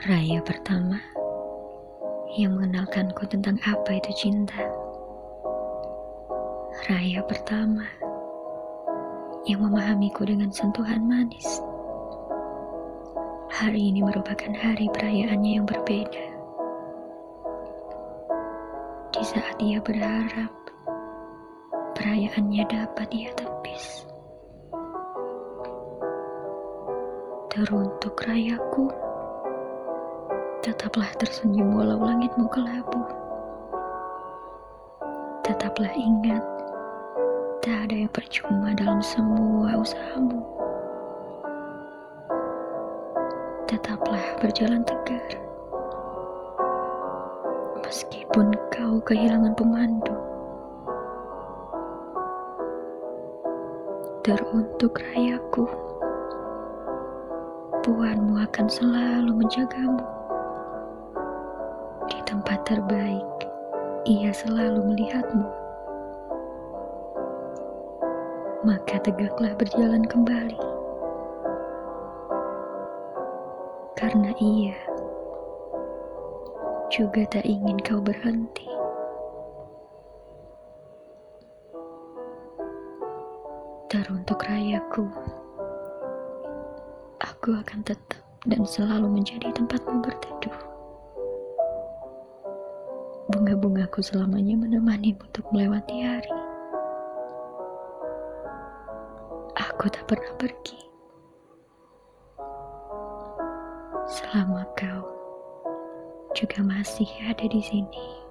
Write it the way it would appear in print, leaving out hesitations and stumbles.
Raya pertama yang mengenalkanku tentang apa itu cinta. Raya pertama yang memahamiku dengan sentuhan manis. Hari ini merupakan hari perayaannya yang berbeda. Di saat ia berharap perayaannya dapat ia tepis. Teruntuk rayaku, tetaplah tersenyum walau langitmu kelabu. Tetaplah ingat, tak ada yang percuma dalam semua usahamu. Tetaplah berjalan tegar, meskipun kau kehilangan pemandu. Teruntuk rayaku, Tuhanmu akan selalu menjagamu. Di tempat terbaik, ia selalu melihatmu. Maka tegaklah berjalan kembali. Karena ia juga tak ingin kau berhenti. Teruntuk rayaku, aku akan tetap dan selalu menjadi tempatmu berteduh. Bunga-bungaku selamanya menemanimu untuk melewati hari. Aku tak pernah pergi selama kau juga masih ada di sini.